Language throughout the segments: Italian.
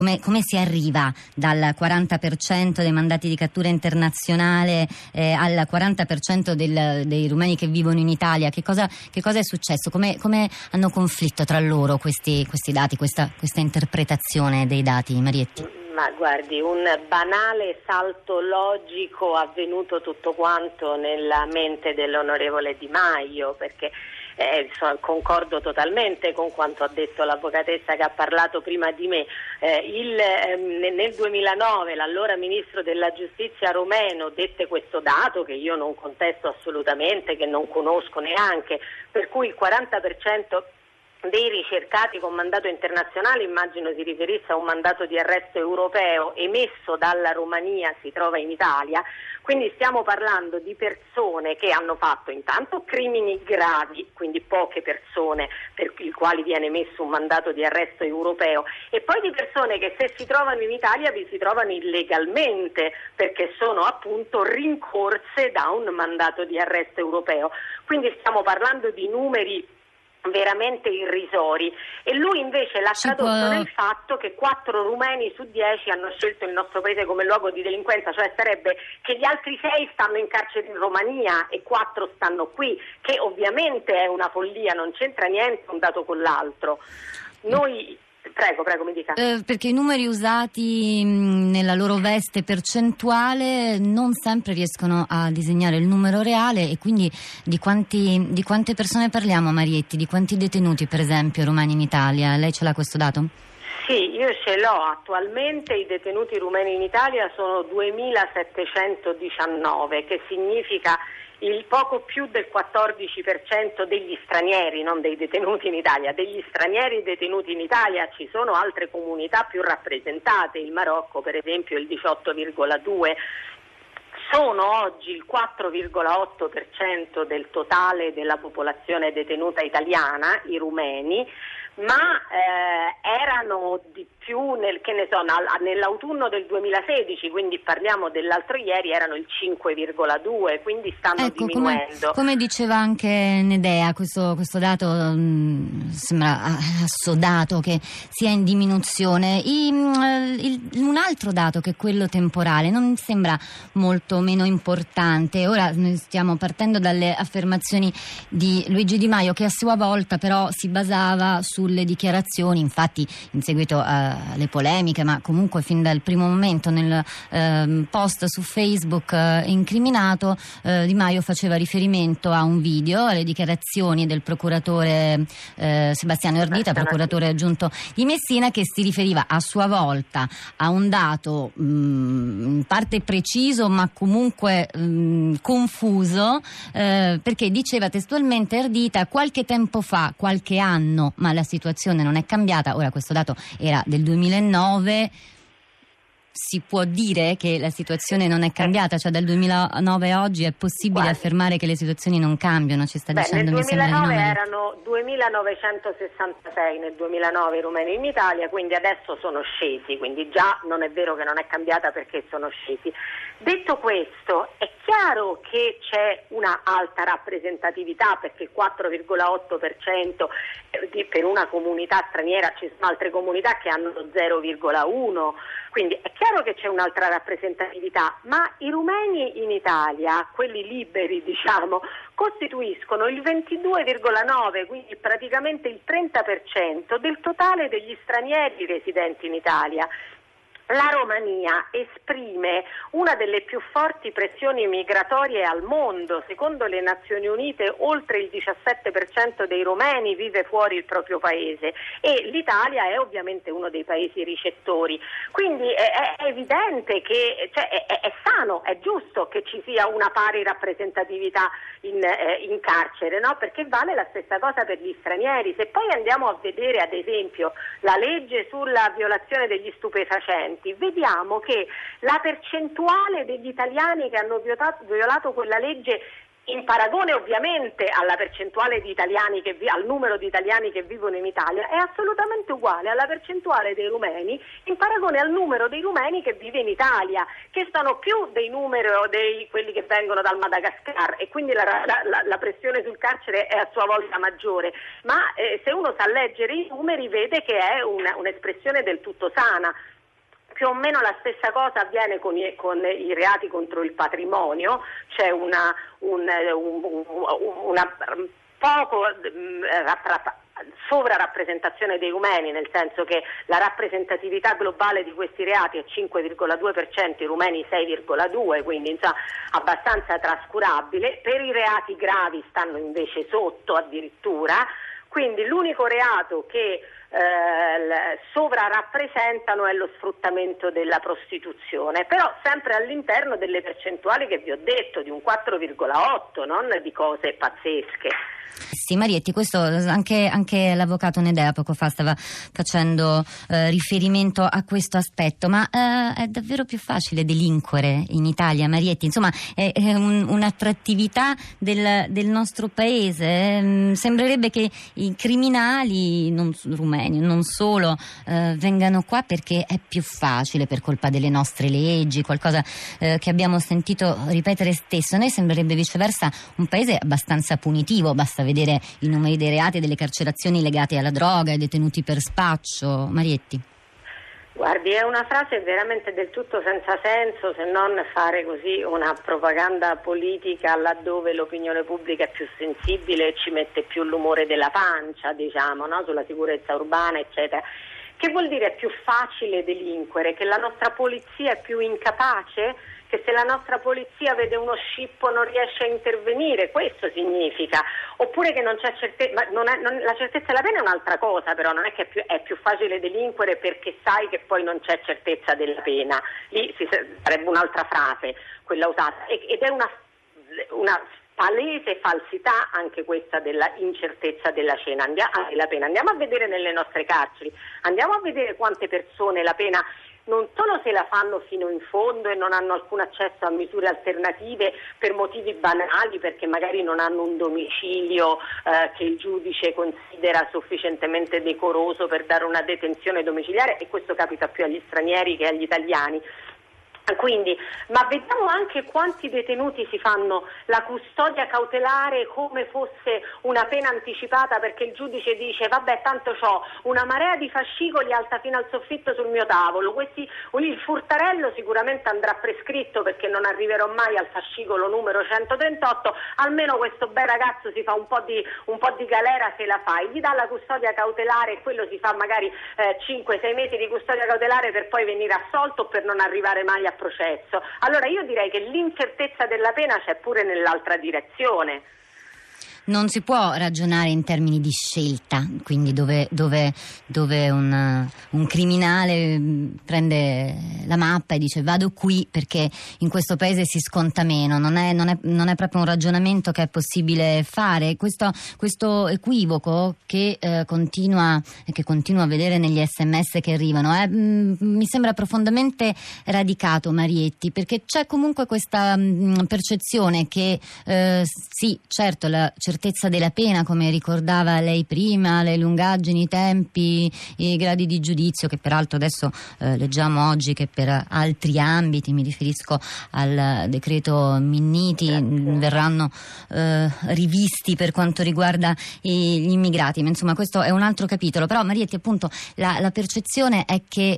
Come si arriva dal 40% dei mandati di cattura internazionale al 40% dei rumeni che vivono in Italia? Che cosa è successo? Come hanno conflitto tra loro questi dati, questa interpretazione dei dati, Marietti? Ma guardi, un banale salto logico avvenuto tutto quanto nella mente dell'onorevole Di Maio, perché concordo totalmente con quanto ha detto l'avvocatessa che ha parlato prima di me. Nel 2009 l'allora ministro della giustizia romeno dette questo dato che io non contesto assolutamente, che non conosco neanche, per cui il 40% dei ricercati con mandato internazionale, immagino si riferisse a un mandato di arresto europeo emesso dalla Romania, si trova in Italia. Quindi stiamo parlando di persone che hanno fatto intanto crimini gravi, quindi poche persone per i quali viene emesso un mandato di arresto europeo, e poi di persone che se si trovano in Italia vi si trovano illegalmente perché sono appunto rincorse da un mandato di arresto europeo. Quindi stiamo parlando di numeri veramente irrisori, e lui invece l'ha tradotto nel fatto che 4 rumeni su 10 hanno scelto il nostro paese come luogo di delinquenza, cioè sarebbe che gli altri 6 stanno in carcere in Romania e 4 stanno qui, che ovviamente è una follia, non c'entra niente un dato con l'altro. Prego, mi dica. Perché i numeri usati nella loro veste percentuale non sempre riescono a disegnare il numero reale, e quindi di quante persone parliamo, Marietti? Di quanti detenuti, per esempio, rumeni in Italia? Lei ce l'ha questo dato? Sì, io ce l'ho. Attualmente i detenuti rumeni in Italia sono 2.719, che significa il poco più del 14% degli stranieri, non dei detenuti in Italia, degli stranieri detenuti in Italia. Ci sono altre comunità più rappresentate, il Marocco per esempio il 18,2%. Sono oggi il 4,8% del totale della popolazione detenuta italiana, i rumeni, ma erano di più nell'autunno del 2016, quindi parliamo dell'altro ieri, erano il 5,2%, quindi stanno diminuendo. Come diceva anche Nedea, questo dato sembra assodato che sia in diminuzione. Un altro dato, che è quello temporale, non sembra molto meno importante. Ora noi stiamo partendo dalle affermazioni di Luigi Di Maio, che a sua volta però si basava sulle dichiarazioni, infatti in seguito alle polemiche, ma comunque fin dal primo momento nel post su Facebook incriminato, Di Maio faceva riferimento a un video, alle dichiarazioni del procuratore Sebastiano Ardita, procuratore aggiunto di Messina, che si riferiva a sua volta a un dato in parte preciso ma comunque confuso, perché diceva testualmente Ardita: qualche tempo fa, qualche anno, ma la situazione non è cambiata. Ora questo dato era del 2009, si può dire che la situazione non è cambiata, cioè dal 2009 a oggi è possibile affermare che le situazioni non cambiano? Ci sta dicendo, nel 2009 erano 2.966 nel 2009 i rumeni in Italia, quindi adesso sono scesi, quindi già non è vero che non è cambiata perché sono scesi. Detto questo, è chiaro che c'è una alta rappresentatività, perché il 4,8% per una comunità straniera, ci sono altre comunità che hanno lo 0,1%, quindi è chiaro che c'è un'altra rappresentatività, ma i rumeni in Italia, quelli liberi diciamo, costituiscono il 22,9%, quindi praticamente il 30% del totale degli stranieri residenti in Italia. La Romania esprime una delle più forti pressioni migratorie al mondo. Secondo le Nazioni Unite oltre il 17% dei romeni vive fuori il proprio paese, e l'Italia è ovviamente uno dei paesi ricettori. Quindi è evidente che è sano, è giusto che ci sia una pari rappresentatività in carcere, no? Perché vale la stessa cosa per gli stranieri. Se poi andiamo a vedere ad esempio la legge sulla violazione degli stupefacenti, vediamo che la percentuale degli italiani che hanno violato quella legge, in paragone ovviamente alla percentuale di italiani al numero di italiani che vivono in Italia, è assolutamente uguale alla percentuale dei rumeni in paragone al numero dei rumeni che vive in Italia, che sono più del numero di quelli che vengono dal Madagascar, e quindi la pressione sul carcere è a sua volta maggiore. Ma se uno sa leggere i numeri vede che è un'espressione del tutto sana. Più o meno la stessa cosa avviene con i reati contro il patrimonio, c'è una poco sovrarappresentazione dei rumeni, nel senso che la rappresentatività globale di questi reati è 5,2%, i rumeni 6,2%, quindi insomma abbastanza trascurabile. Per i reati gravi stanno invece sotto addirittura, quindi l'unico reato che sovrarappresentano è lo sfruttamento della prostituzione, però sempre all'interno delle percentuali che vi ho detto, di un 4,8, non di cose pazzesche. Sì, Marietti, questo anche l'avvocato Nedea poco fa stava facendo riferimento a questo aspetto, ma è davvero più facile delinquere in Italia, Marietti? Insomma, è un'attrattività del nostro paese. Sembrerebbe che i criminali rumeni, non solo, vengano qua perché è più facile per colpa delle nostre leggi, qualcosa che abbiamo sentito ripetere stesso. A noi sembrerebbe viceversa un paese abbastanza punitivo, basta vedere i numeri dei reati e delle carcerazioni legate alla droga, ai detenuti per spaccio. Marietti. Guardi, è una frase veramente del tutto senza senso, se non fare così una propaganda politica laddove l'opinione pubblica è più sensibile e ci mette più l'umore della pancia, diciamo, no? Sulla sicurezza urbana, eccetera. Che vuol dire è più facile delinquere? Che la nostra polizia è più incapace? Che se la nostra polizia vede uno scippo non riesce a intervenire, questo significa, oppure che non c'è certezza, la certezza della pena è un'altra cosa, però non è che è più facile delinquere perché sai che poi non c'è certezza della pena, lì sarebbe un'altra frase quella usata, ed è una palese falsità anche questa della incertezza della pena. Andiamo a vedere nelle nostre carceri, andiamo a vedere quante persone la pena non solo se la fanno fino in fondo e non hanno alcun accesso a misure alternative per motivi banali, perché magari non hanno un domicilio che il giudice considera sufficientemente decoroso per dare una detenzione domiciliare, e questo capita più agli stranieri che agli italiani. Quindi, ma vediamo anche quanti detenuti si fanno la custodia cautelare come fosse una pena anticipata, perché il giudice dice vabbè, tanto c'ho una marea di fascicoli alta fino al soffitto sul mio tavolo, il furtarello sicuramente andrà prescritto perché non arriverò mai al fascicolo numero 138, almeno questo bel ragazzo si fa un po' di galera, se la fa, e gli dà la custodia cautelare e quello si fa magari 5-6 mesi di custodia cautelare per poi venire assolto o per non arrivare mai a processo. Allora io direi che l'incertezza della pena c'è pure nell'altra direzione. Non si può ragionare in termini di scelta, quindi dove un criminale prende la mappa e dice vado qui perché in questo paese si sconta meno. Non è proprio un ragionamento che è possibile fare. Questo equivoco che continua a vedere negli SMS che arrivano mi sembra profondamente radicato, Marietti, perché c'è comunque questa percezione che sì, certo, la certezza della pena, come ricordava lei prima, le lungaggini, i tempi, i gradi di giudizio, che peraltro adesso leggiamo oggi che per altri ambiti, mi riferisco al decreto Minniti, verranno rivisti per quanto riguarda gli immigrati, ma insomma questo è un altro capitolo. Però Marietti, appunto, la percezione è che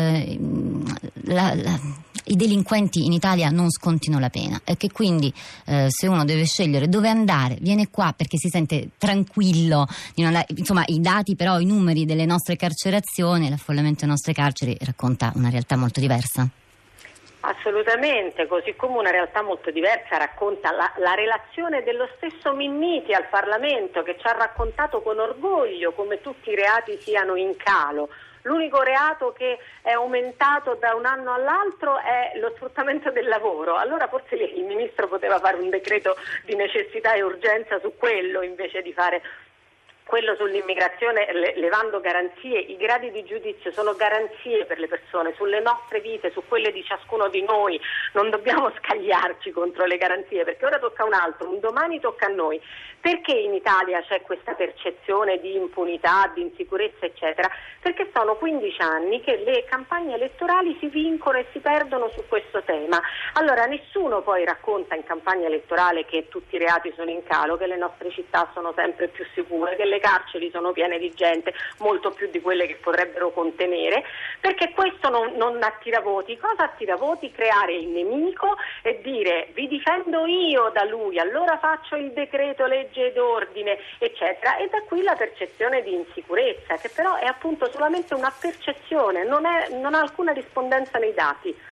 i delinquenti in Italia non scontino la pena e che quindi se uno deve scegliere dove andare, viene qua perché si sente tranquillo di non andare. Insomma, i dati, però, i numeri delle nostre carcerazioni, l'affollamento delle nostre carceri racconta una realtà molto diversa. Assolutamente, così come una realtà molto diversa racconta la relazione dello stesso Minniti al Parlamento, che ci ha raccontato con orgoglio come tutti i reati siano in calo. L'unico reato che è aumentato da un anno all'altro è lo sfruttamento del lavoro. Allora forse il Ministro poteva fare un decreto di necessità e urgenza su quello, invece di fare quello sull'immigrazione, levando garanzie. I gradi di giudizio sono garanzie per le persone, sulle nostre vite, su quelle di ciascuno di noi. Non dobbiamo scagliarci contro le garanzie, perché ora tocca un altro, un domani tocca a noi. Perché in Italia c'è questa percezione di impunità, di insicurezza, eccetera? Perché sono 15 anni che le campagne elettorali si vincono e si perdono su questo tema. Allora nessuno poi racconta in campagna elettorale che tutti i reati sono in calo, che le nostre città sono sempre più sicure, che le le carceri sono piene di gente, molto più di quelle che potrebbero contenere, perché questo non attira voti. Cosa attira voti? Creare il nemico e dire vi difendo io da lui, allora faccio il decreto legge d'ordine, eccetera, e da qui la percezione di insicurezza, che però è appunto solamente una percezione, non ha alcuna rispondenza nei dati.